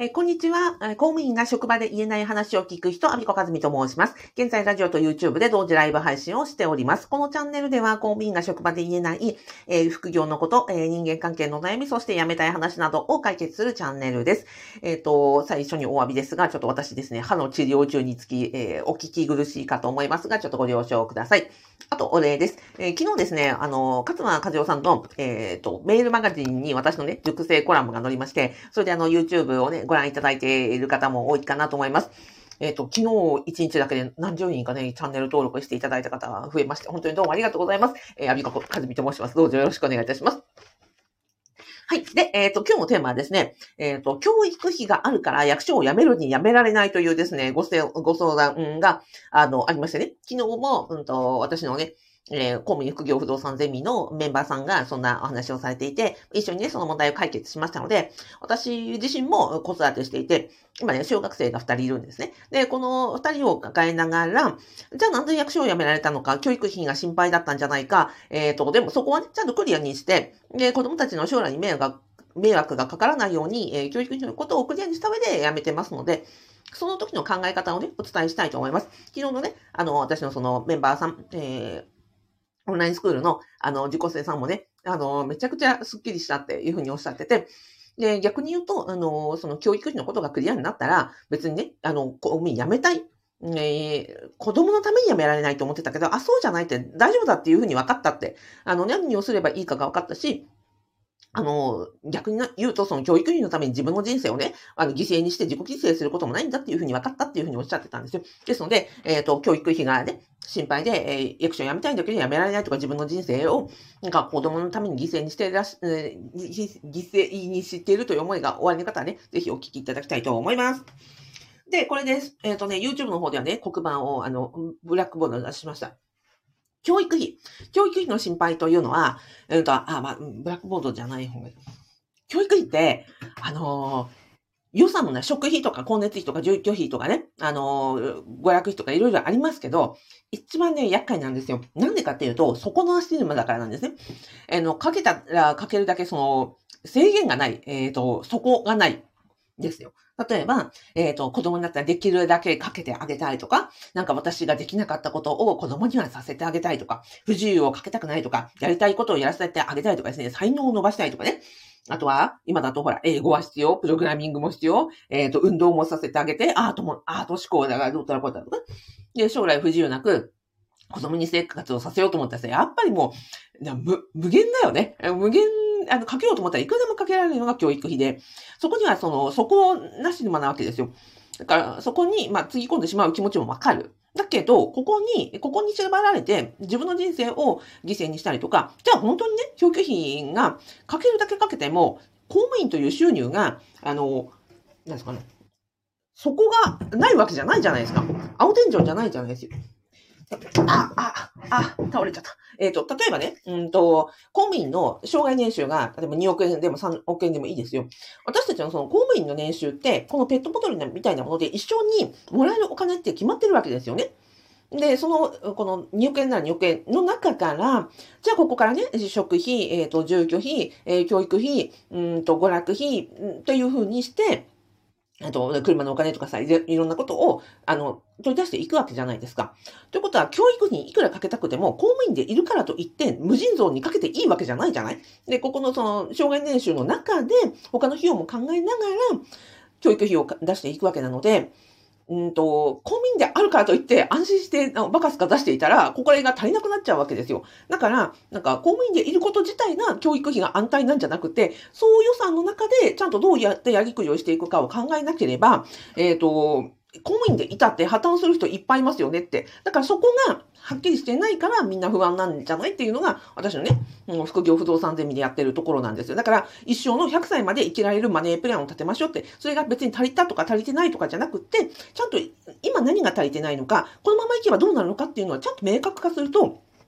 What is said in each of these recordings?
こんにちは。公務員が職場で言えない話を聞く人、阿比子和美と申します。現在、ラジオと YouTube で同時ライブ配信をしております。このチャンネルでは、公務員が職場で言えない、副業のこと、人間関係の悩み、そして辞めたい話などを解決するチャンネルです。最初にお詫びですが、ちょっと私ですね、歯の治療中につき、お聞き苦しいかと思いますが、ちょっとご了承ください。あと、お礼です。昨日ですね、勝間和代さんの、メールマガジンに私のね、熟成コラムが載りまして、それでYouTube をね、ご覧いただいている方も多いかなと思います。昨日1日だけで何十人かね、チャンネル登録していただいた方が増えまして、本当にどうもありがとうございます。阿比子和美と申します。どうぞよろしくお願いいたします。はい。で、今日のテーマはですね、教育費があるから役所を辞めるに辞められないというですね、ご相談が、ありましてね、昨日も、私のね、公務員副業不動産ゼミのメンバーさんがそんなお話をされていて、一緒にね、その問題を解決しましたので、私自身も子育てしていて、今ね、小学生が2人いるんですね。で、この2人を抱えながら、じゃあなんで役所を辞められたのか、教育費が心配だったんじゃないか、でもそこはね、ちゃんとクリアにして、で、子供たちの将来に迷惑がかからないように、教育費のことをクリアにした上で辞めてますので、その時の考え方をね、お伝えしたいと思います。昨日のね、私のそのメンバーさん、オンラインスクールの、受講生さんもね、めちゃくちゃスッキリしたっていうふうにおっしゃってて、で、逆に言うと、その教育費のことがクリアになったら、別にね、公務員辞めたい。子供のために辞められないと思ってたけど、そうじゃないって大丈夫だっていうふうに分かったって、何をすればいいかが分かったし、逆に言うと、その教育費のために自分の人生をね、犠牲にして自己犠牲することもないんだっていうふうに分かったっていうふうにおっしゃってたんですよ。ですので、教育費がね、心配で、役所を辞めたいんだけど辞められないとか自分の人生を、なんか子供のために犠牲にして犠牲にしているという思いがおありの方はね、ぜひお聞きいただきたいと思います。で、これです。YouTube の方ではね、黒板を、ブラックボードで出しました。教育費の心配というのは、ブラックボードじゃない方がいい。教育費って、予算もね、食費とか光熱費とか住居費とかね、娯楽費とかいろいろありますけど、一番ね、厄介なんですよ。なんでかっていうと、底の足沼だからなんですね。かけたらかけるだけ、制限がない、底がない。ですよ。例えば、子供になったらできるだけかけてあげたいとか、なんか私ができなかったことを子供にはさせてあげたいとか、不自由をかけたくないとか、やりたいことをやらせてあげたいとかですね、才能を伸ばしたいとかね。あとは、今だとほら、英語は必要、プログラミングも必要、運動もさせてあげて、アート思考だからどうたらこうたらとか。で、将来不自由なく、子供に生活をさせようと思ったらさ、やっぱりもう、無限だよね。無限、かけようと思ったらいくらでもかけられるのが教育費で、そこにはそこなし沼なわけですよ。だから、そこに、つぎ込んでしまう気持ちもわかる。だけど、ここに縛られて、自分の人生を犠牲にしたりとか、じゃあ本当にね、教育費がかけるだけかけても、公務員という収入が、なんですかね、そこがないわけじゃないじゃないですか。青天井じゃないじゃないですよ。倒れちゃった。例えばね、公務員の障害年収が、例えば2億円でも3億円でもいいですよ。私たちのその公務員の年収って、このペットボトルみたいなもので一生にもらえるお金って決まってるわけですよね。で、この2億円なら2億円の中から、じゃあここからね、食費、住居費、教育費、娯楽費、というふうにして、車のお金とかさ、いろんなことを、取り出していくわけじゃないですか。ということは、教育費にいくらかけたくても、公務員でいるからといって、無尽蔵にかけていいわけじゃないじゃない。で、ここの障害年収の中で、他の費用も考えながら、教育費を出していくわけなので、公務員であるからといって安心してバカスカ出していたら、これが足りなくなっちゃうわけですよ。だから、なんか公務員でいること自体が教育費が安泰なんじゃなくて、総予算の中でちゃんとどうやってやりくりをしていくかを考えなければ、公務員でいたって破綻する人いっぱいいますよねって。だからそこがはっきりしてないからみんな不安なんじゃないっていうのが私のね、副業不動産ゼミでやってるところなんですよ。だから一生の100歳まで生きられるマネープランを立てましょうって、それが別に足りたとか足りてないとかじゃなくって、ちゃんと今何が足りてないのか、このままいけばどうなるのかっていうのはちゃんと明確化すると、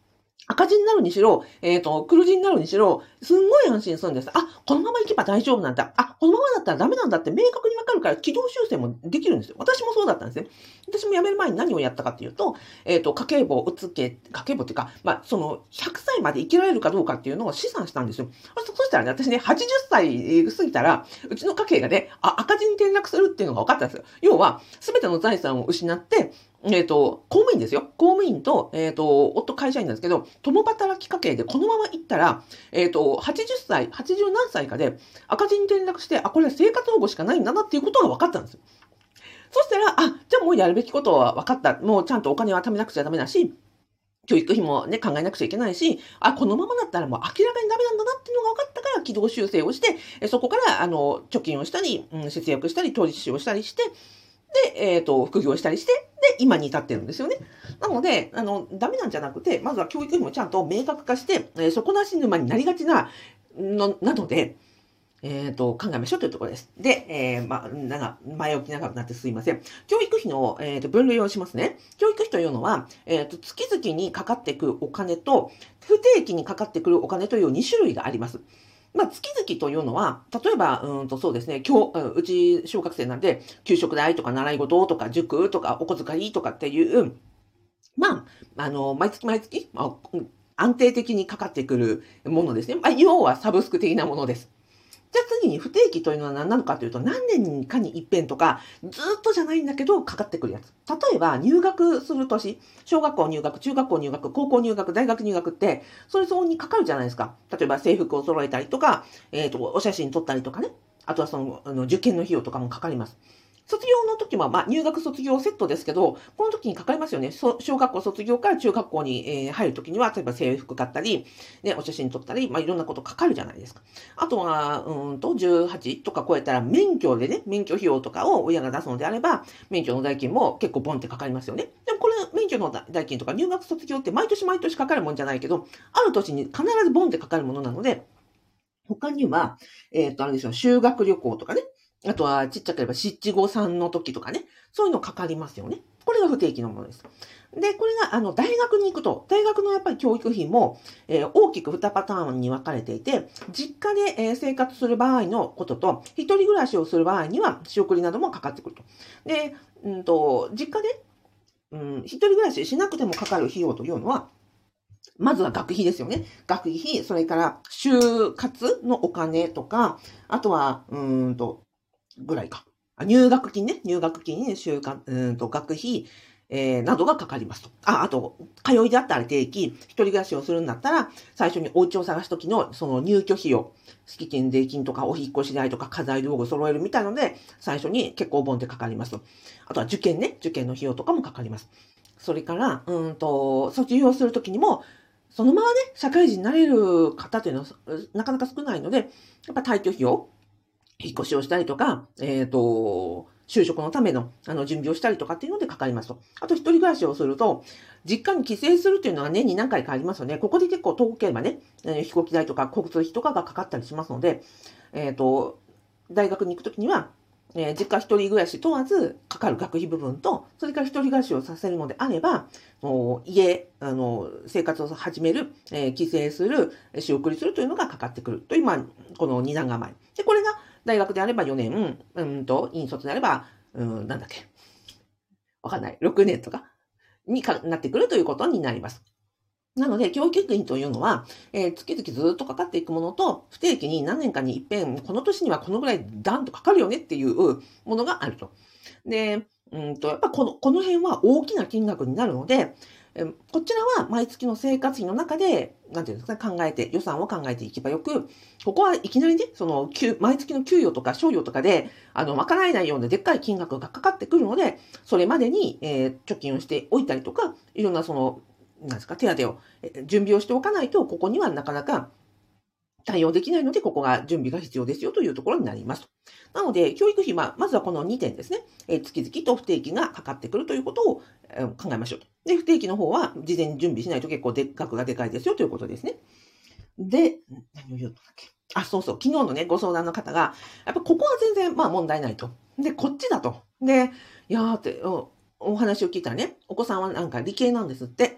赤字になるにしろ、黒字になるにしろ、すんごい安心するんです。あ、このまま行けば大丈夫なんだ。あ、このままだったらダメなんだって明確にわかるから軌道修正もできるんですよ。私もそうだったんですね。私も辞める前に何をやったかっていうと、家計簿をつけ、家計簿っていうか、その、100歳まで生きられるかどうかっていうのを試算したんですよ。そしたらね、私ね、80歳過ぎたら、うちの家計がね、赤字に転落するっていうのが分かったんですよ。要は、すべての財産を失って、公務員ですよ。公務員と、夫会社員なんですけど、共働き家系でこのまま行ったら、80歳、80何歳かで赤字に転落して、これは生活保護しかないんだなっていうことが分かったんですよ。そしたら、じゃあもうやるべきことは分かった。もうちゃんとお金は貯めなくちゃダメだし、教育費もね、考えなくちゃいけないし、このままだったらもう明らかにダメなんだなっていうのが分かったから、軌道修正をして、そこから、貯金をしたり、節約したり、投資をしたりして、で、副業したりして、で、今に至ってるんですよね。なので、ダメなんじゃなくて、まずは教育費もちゃんと明確化して、底なし沼になりがちなので、考えましょうというところです。で、前置き長くなってすいません。教育費の、分類をしますね。教育費というのは、月々にかかってくるお金と、不定期にかかってくるお金という2種類があります。月々というのは、例えば、そうですね、うち小学生なんで、給食代とか習い事とか塾とかお小遣いとかっていう、毎月毎月、安定的にかかってくるものですね。要はサブスク的なものです。じゃあ次に不定期というのは何なのかというと、何年かに一遍とか、ずっとじゃないんだけど、かかってくるやつ。例えば、入学する年、小学校入学、中学校入学、高校入学、大学入学って、それ相応にかかるじゃないですか。例えば、制服を揃えたりとか、お写真撮ったりとかね。あとは受験の費用とかもかかります。卒業の時は、入学卒業セットですけど、この時にかかりますよね。小学校卒業から中学校に、入る時には、例えば制服買ったり、ね、お写真撮ったり、いろんなことかかるじゃないですか。あとは、18とか超えたら免許でね、免許費用とかを親が出すのであれば、免許の代金も結構ボンってかかりますよね。でもこれ、免許の代金とか入学卒業って毎年毎年かかるもんじゃないけど、ある年に必ずボンってかかるものなので、他には、あれですよ、修学旅行とかね、あとは、ちっちゃければ、七五三の時とかね。そういうのかかりますよね。これが不定期のものです。で、これが、大学に行くと、大学のやっぱり教育費も、大きく2パターンに分かれていて、実家で、生活する場合のことと、一人暮らしをする場合には、仕送りなどもかかってくると。で、実家で、一人暮らししなくてもかかる費用というのは、まずは学費ですよね。学費、それから就活のお金とか、あとは、ぐらいか。入学金ね。入学金、学費、などがかかりますと。あと、通いであったら定期、一人暮らしをするんだったら、最初にお家を探すときの、その入居費用、敷金、税金とか、お引っ越し代とか、家財道具揃えるみたいので、最初に結構ボンってかかりますと。あとは受験ね。受験の費用とかもかかります。それから、卒業するときにも、そのままね、社会人になれる方というのは、なかなか少ないので、やっぱ退去費用、引っ越しをしたりとか、就職のための、準備をしたりとかっていうのでかかりますと。あと、一人暮らしをすると、実家に帰省するっていうのは年に何回かありますよね。ここで結構遠ければね、飛行機代とか交通費とかがかかったりしますので、大学に行くときには、実家一人暮らし問わずかかる学費部分と、それから一人暮らしをさせるのであれば、生活を始める、帰省する、仕送りするというのがかかってくるという、この二段構え。で、これが大学であれば4年、院卒であれば、わかんない。6年とかになってくるということになります。なので、教育費というのは、月々ずっとかかっていくものと、不定期に何年かに一遍、この年にはこのぐらいダンとかかるよねっていうものがあると。で、やっぱこの辺は大きな金額になるので、こちらは毎月の生活費の中で、なんていうんですかね、予算を考えていけばよく、ここはいきなりね、毎月の給与とか賞与とかで、賄えないようなでっかい金額がかかってくるので、それまでに、貯金をしておいたりとか、いろんななんですか、手当を準備をしておかないと、ここにはなかなか対応できないので、ここが準備が必要ですよというところになります。なので、教育費は、まずはこの2点ですね。月々と不定期がかかってくるということを考えましょうと。で、不定期の方は事前に準備しないと結構額がでかいですよということですね。で、何を言うのだっけ。そうそう。昨日のね、ご相談の方が、やっぱここは全然問題ないと。で、こっちだと。で、いやーって、お話を聞いたらね、お子さんはなんか理系なんですって。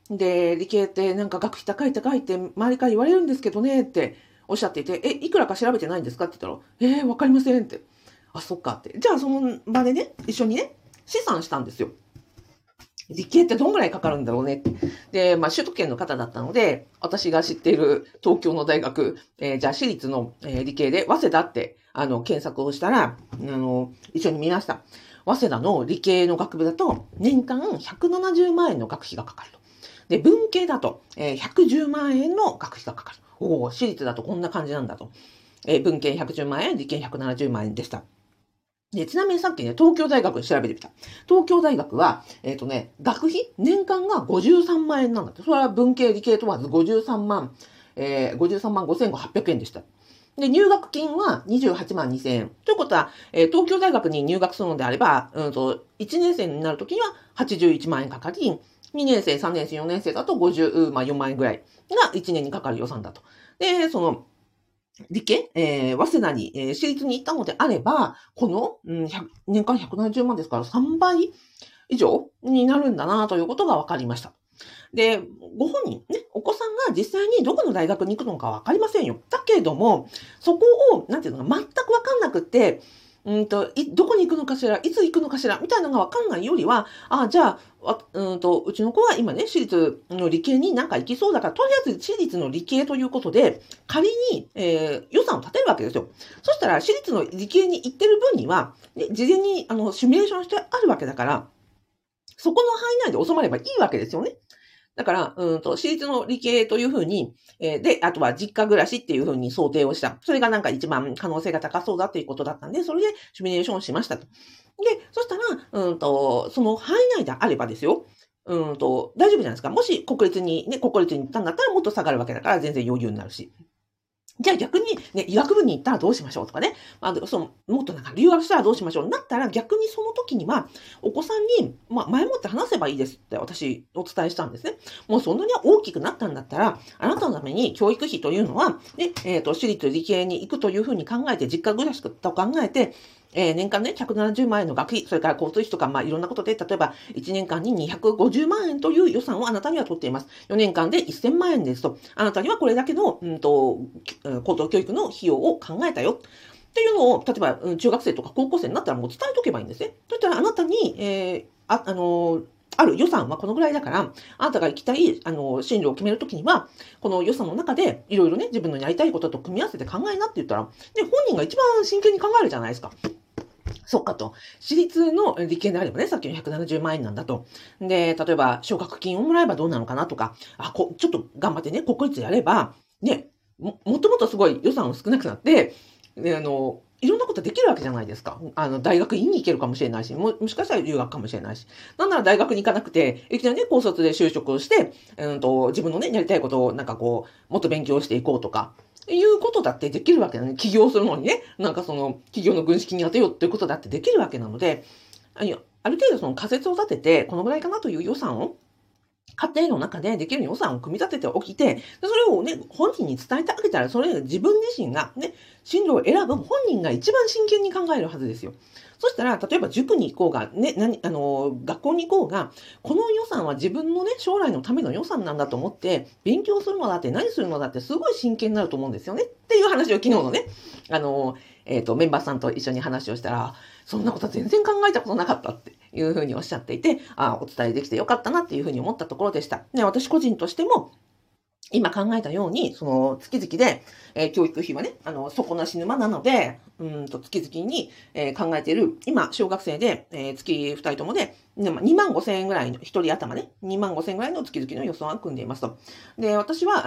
で、理系ってなんか学費高い高いって周りから言われるんですけどねっておっしゃっていて、いくらか調べてないんですかって言ったら、わかりませんって。あ、そっかって。じゃあその場でね、一緒にね、試算したんですよ。理系ってどんぐらいかかるんだろうねって。で、首都圏の方だったので、私が知っている東京の大学、じゃあ私立の、理系で、早稲田って、検索をしたら、一緒に見ました。早稲田の理系の学部だと、年間170万円の学費がかかると。で、文系だと、110万円の学費がかかる。私立だとこんな感じなんだと。文系110万円、理系170万円でした。で、ちなみにさっきね、東京大学で調べてみた。東京大学は、学費年間が53万円なんだって。それは文系、理系問わず53万、53万5800円でした。で、入学金は28万2000円。ということは、東京大学に入学するのであれば、1年生になるときには81万円かかり、2年生、3年生、4年生だと54万円ぐらいが1年にかかる予算だと。で、その、理系、早稲田に、私立に行ったのであれば、この、年間170万ですから3倍以上になるんだなということが分かりました。で、ご本人、ね、お子さんが実際にどこの大学に行くのか分かりませんよ。だけども、そこを、なんていうのか、全く分かんなくって、どこに行くのかしら、いつ行くのかしら、みたいなのが分かんないよりは、じゃあ、うちの子は今ね、私立の理系になんか行きそうだから、とりあえず私立の理系ということで、仮に、予算を立てるわけですよ。そしたら、私立の理系に行ってる分には、ね、事前にシミュレーションしてあるわけだから、そこの範囲内で収まればいいわけですよね。だから、私立の理系というふうに、で、あとは実家暮らしっていうふうに想定をした。それがなんか一番可能性が高そうだっていうことだったんで、それでシミュレーションしましたと。で、そしたら、その範囲内であればですよ。大丈夫じゃないですか。もし国立に行ったんだったらもっと下がるわけだから全然余裕になるし。じゃあ逆にね、医学部に行ったらどうしましょうとかね。もっとなんか留学したらどうしましょう。だったら逆にその時には、お子さんに、前もって話せばいいですって私お伝えしたんですね。もうそんなに大きくなったんだったら、あなたのために教育費というのは、ね、私立理系に行くというふうに考えて、実家暮らしと考えて、年間ね、170万円の学費、それから交通費とか、いろんなことで、例えば、1年間に250万円という予算をあなたには取っています。4年間で1000万円ですと、あなたにはこれだけの、高等教育の費用を考えたよ。っていうのを、例えば、中学生とか高校生になったらもう伝えとけばいいんですね。そしたら、あなたに、ある予算はこのぐらいだから、あなたが行きたい、進路を決めるときには、この予算の中で、いろいろね、自分のやりたいことと組み合わせて考えなって言ったら、ね、本人が一番真剣に考えるじゃないですか。そっかと。私立の理系であればね、さっきの170万円なんだと。で、例えば、奨学金をもらえばどうなのかなとか、ちょっと頑張ってね、国立やれば、ね、もともとすごい予算少なくなって、で、いろんなことできるわけじゃないですか。大学院に行けるかもしれないし、もしかしたら留学かもしれないし。なんなら大学に行かなくて、いきなりね、高卒で就職をして、自分のね、やりたいことをなんかこう、もっと勉強していこうとか、いうことだってできるわけなのに、起業するのにね、なんかその、企業の軍資金に当てようっていうことだってできるわけなので、ある程度その仮説を立てて、このぐらいかなという予算を、家庭の中でできる予算を組み立てておきて、それをね、本人に伝えてあげたら、それ自分自身がね、進路を選ぶ本人が一番真剣に考えるはずですよ。そしたら、例えば塾に行こうが、ね、学校に行こうが、この予算は自分のね、将来のための予算なんだと思って、勉強するのだって何するのだってすごい真剣になると思うんですよね。っていう話を昨日のね、メンバーさんと一緒に話をしたら、そんなこと全然考えたことなかったっていうふうにおっしゃっていて、お伝えできてよかったなっていうふうに思ったところでした。ね、私個人としても、今考えたように、その月々で、教育費はね、底なし沼なので、月々に、考えている、今、小学生で、月2人ともで、2万5千円ぐらいの、一人頭ね、2万5千円ぐらいの月々の予算を組んでいますと。で、私は、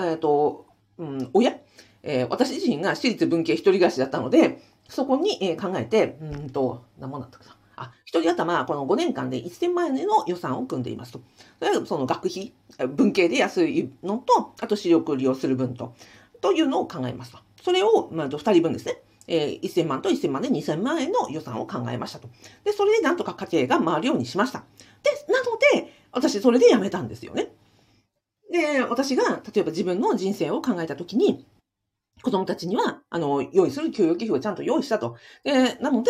私自身が私立文系一人暮らしだったので、そこに、考えて、何もだったかな。一人頭、この5年間で1000万円の予算を組んでいますと。それはその学費、文系で安いのと、あと視力を利用する分というのを考えますと。それを、2人分ですね。1000万と1000万で2000万円の予算を考えましたと。で、それでなんとか家計が回るようにしました。で、なので、私それで辞めたんですよね。で、私が、例えば自分の人生を考えたときに、子供たちには、用意する教育費をちゃんと用意したと。で、なので、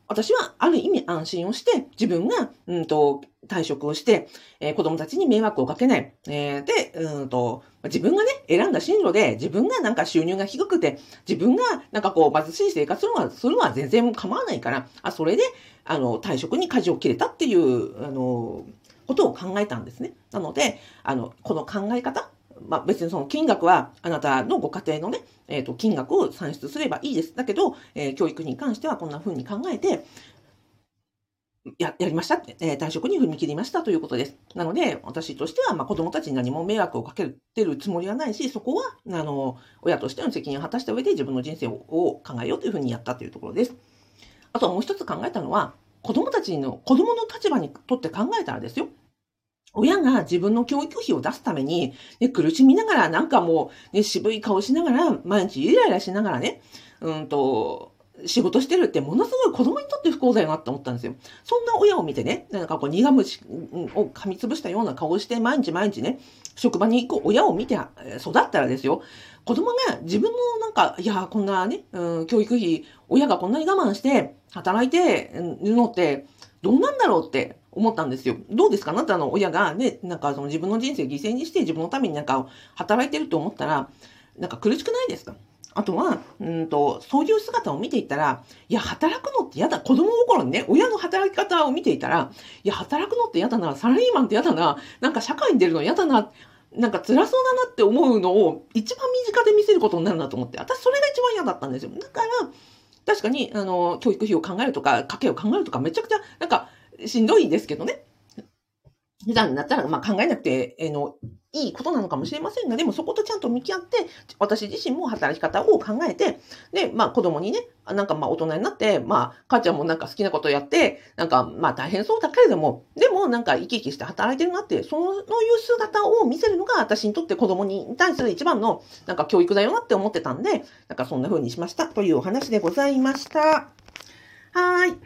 私はある意味安心をして、自分が、退職をして、子供たちに迷惑をかけない。で、自分がね、選んだ進路で、自分がなんか収入が低くて、自分がなんかこう、貧しい生活するのは全然構わないから、それで、退職に舵を切れたっていう、ことを考えたんですね。なので、この考え方、別にその金額はあなたのご家庭のね、金額を算出すればいいです。だけど、教育費に関してはこんな風に考えて、やりましたって、退職に踏み切りましたということです。なので、私としては、子供たちに何も迷惑をかけてるつもりはないし、そこは、親としての責任を果たした上で自分の人生を考えようというふうにやったというところです。あとはもう一つ考えたのは、子供の立場にとって考えたらですよ。親が自分の教育費を出すために、ね、苦しみながら、なんかもう、ね、渋い顔しながら、毎日イライラしながらね、仕事してるってものすごい子供にとって不幸だよなって思ったんですよ。そんな親を見てね、なんかこう苦虫を噛みつぶしたような顔をして毎日毎日ね、職場に行く親を見て育ったらですよ、子供が自分のなんか、いや、こんなね、教育費、親がこんなに我慢して働いてるのってどうなんだろうって思ったんですよ。どうですか、あなたの親がね、なんかその自分の人生を犠牲にして自分のためになんか働いてると思ったら、なんか苦しくないですか？あとは、そういう姿を見ていたら、いや、働くのって嫌だ。子供心にね、親の働き方を見ていたら、いや、働くのって嫌だな。サラリーマンって嫌だな。なんか社会に出るの嫌だな。なんか辛そうだなって思うのを一番身近で見せることになるなと思って、私それが一番嫌だったんですよ。だから、確かに、教育費を考えるとか、家計を考えるとか、めちゃくちゃ、なんか、しんどいですけどね。普段になったら、考えなくて、いいことなのかもしれませんが、でもそことちゃんと向き合って、私自身も働き方を考えて、で、子供にね、なんか大人になって、母ちゃんもなんか好きなことをやって、なんか大変そうだけれども、でもなんか生き生きして働いてるなって、そういう姿を見せるのが私にとって子供に対する一番のなんか教育だよなって思ってたんで、なんかそんな風にしましたというお話でございました。はーい。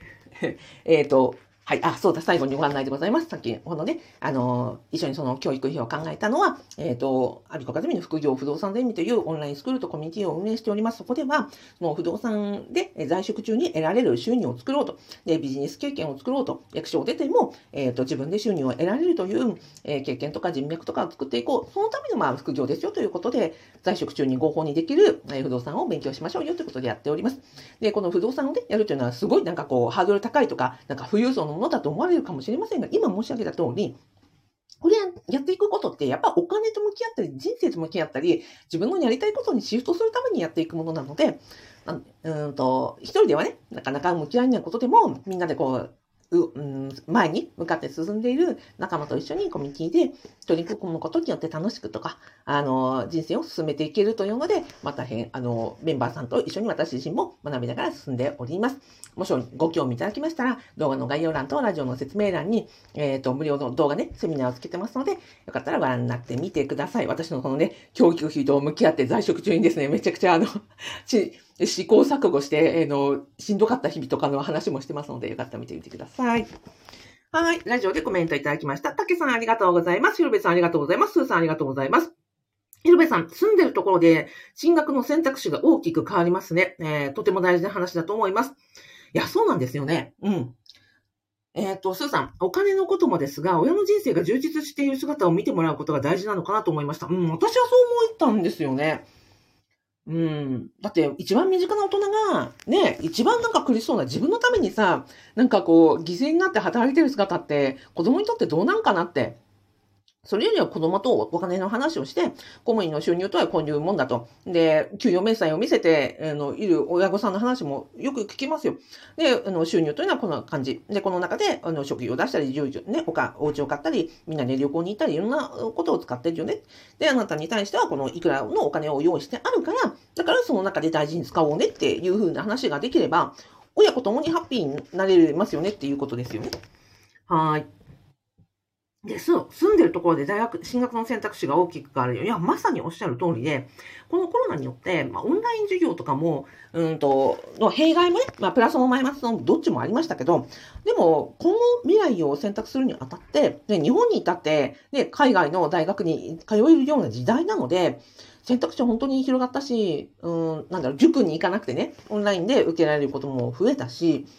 はい。そうだ。最後にご案内でございます。さっき、ね、一緒にその教育費を考えたのは、アビコカズミの副業不動産ゼミというオンラインスクールとコミュニティを運営しております。そこでは、その不動産で在職中に得られる収入を作ろうと、で、ビジネス経験を作ろうと、役所を出ても、自分で収入を得られるという、経験とか人脈とかを作っていこう。そのための副業ですよということで、在職中に合法にできる、不動産を勉強しましょうよということでやっております。で、この不動産をね、やるというのはすごいなんかこう、ハードル高いとか、なんか富裕層のものだと思われるかもしれませんが、今申し上げた通り、これやっていくことって、やっぱお金と向き合ったり、人生と向き合ったり、自分のやりたいことにシフトするためにやっていくものなので、一人ではね、なかなか向き合えないことでも、みんなでこう、前に向かって進んでいる仲間と一緒にコミュニティで取り組むことによって楽しくとか、人生を進めていけるというので、メンバーさんと一緒に私自身も学びながら進んでおります。もしご興味いただきましたら、動画の概要欄とラジオの説明欄に、無料の動画ね、セミナーをつけてますので、よかったらご覧になってみてください。私のこのね、教育費と向き合って在職中にですね、めちゃくちゃ試行錯誤して、しんどかった日々とかの話もしてますので、よかったら見てみてください。はい。ラジオでコメントいただきました。たけさんありがとうございます。ひろべさんありがとうございます。すーさんありがとうございます。ひろべさん、住んでるところで進学の選択肢が大きく変わりますね。とても大事な話だと思います。いや、そうなんですよね。うん。スーさん、お金のこともですが、親の人生が充実している姿を見てもらうことが大事なのかなと思いました。私はそう思ったんですよね。だって、一番身近な大人が、ね、一番なんか苦しそうな自分のためにさ、なんかこう、犠牲になって働いてる姿って、子供にとってどうなんかなって。それよりは子供とお金の話をして、公務員の収入とはこういうもんだと。で、給与明細を見せて、いる親御さんの話もよく聞きますよ。で、収入というのはこの感じ。で、この中で、職業を出したり、ね、お家を買ったり、みんなで旅行に行ったり、いろんなことを使ってるよね。で、あなたに対しては、このいくらのお金を用意してあるから、だからその中で大事に使おうねっていう風な話ができれば、親子ともにハッピーになれますよねっていうことですよね。はい。で、住んでるところで進学の選択肢が大きく変わるよ。いや、まさにおっしゃる通りで、このコロナによって、オンライン授業とかも、の弊害もね、プラスもマイナスのどっちもありましたけど、でも、今後未来を選択するにあたって、日本にいたって、海外の大学に通えるような時代なので、選択肢は本当に広がったし、塾に行かなくてね、オンラインで受けられることも増えたし、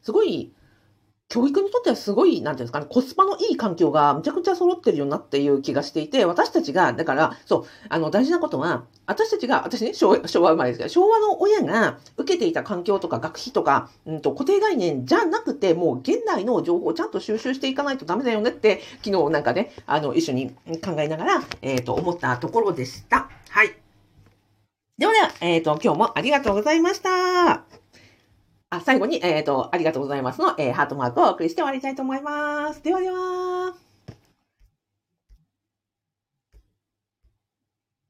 すごい、教育にとってはすごい、なんていうんですかね、コスパのいい環境がむちゃくちゃ揃ってるよなっていう気がしていて、私たちが、だから、そう、大事なことは、私たちが、私ね、昭和生まれですけど、昭和の親が受けていた環境とか学費とか、固定概念じゃなくて、もう現代の情報をちゃんと収集していかないとダメだよねって、昨日なんかね、一緒に考えながら、思ったところでした。はい。ではでは、今日もありがとうございました。最後に、ありがとうございますの、ハートマークをお送りして終わりたいと思います。ではでは。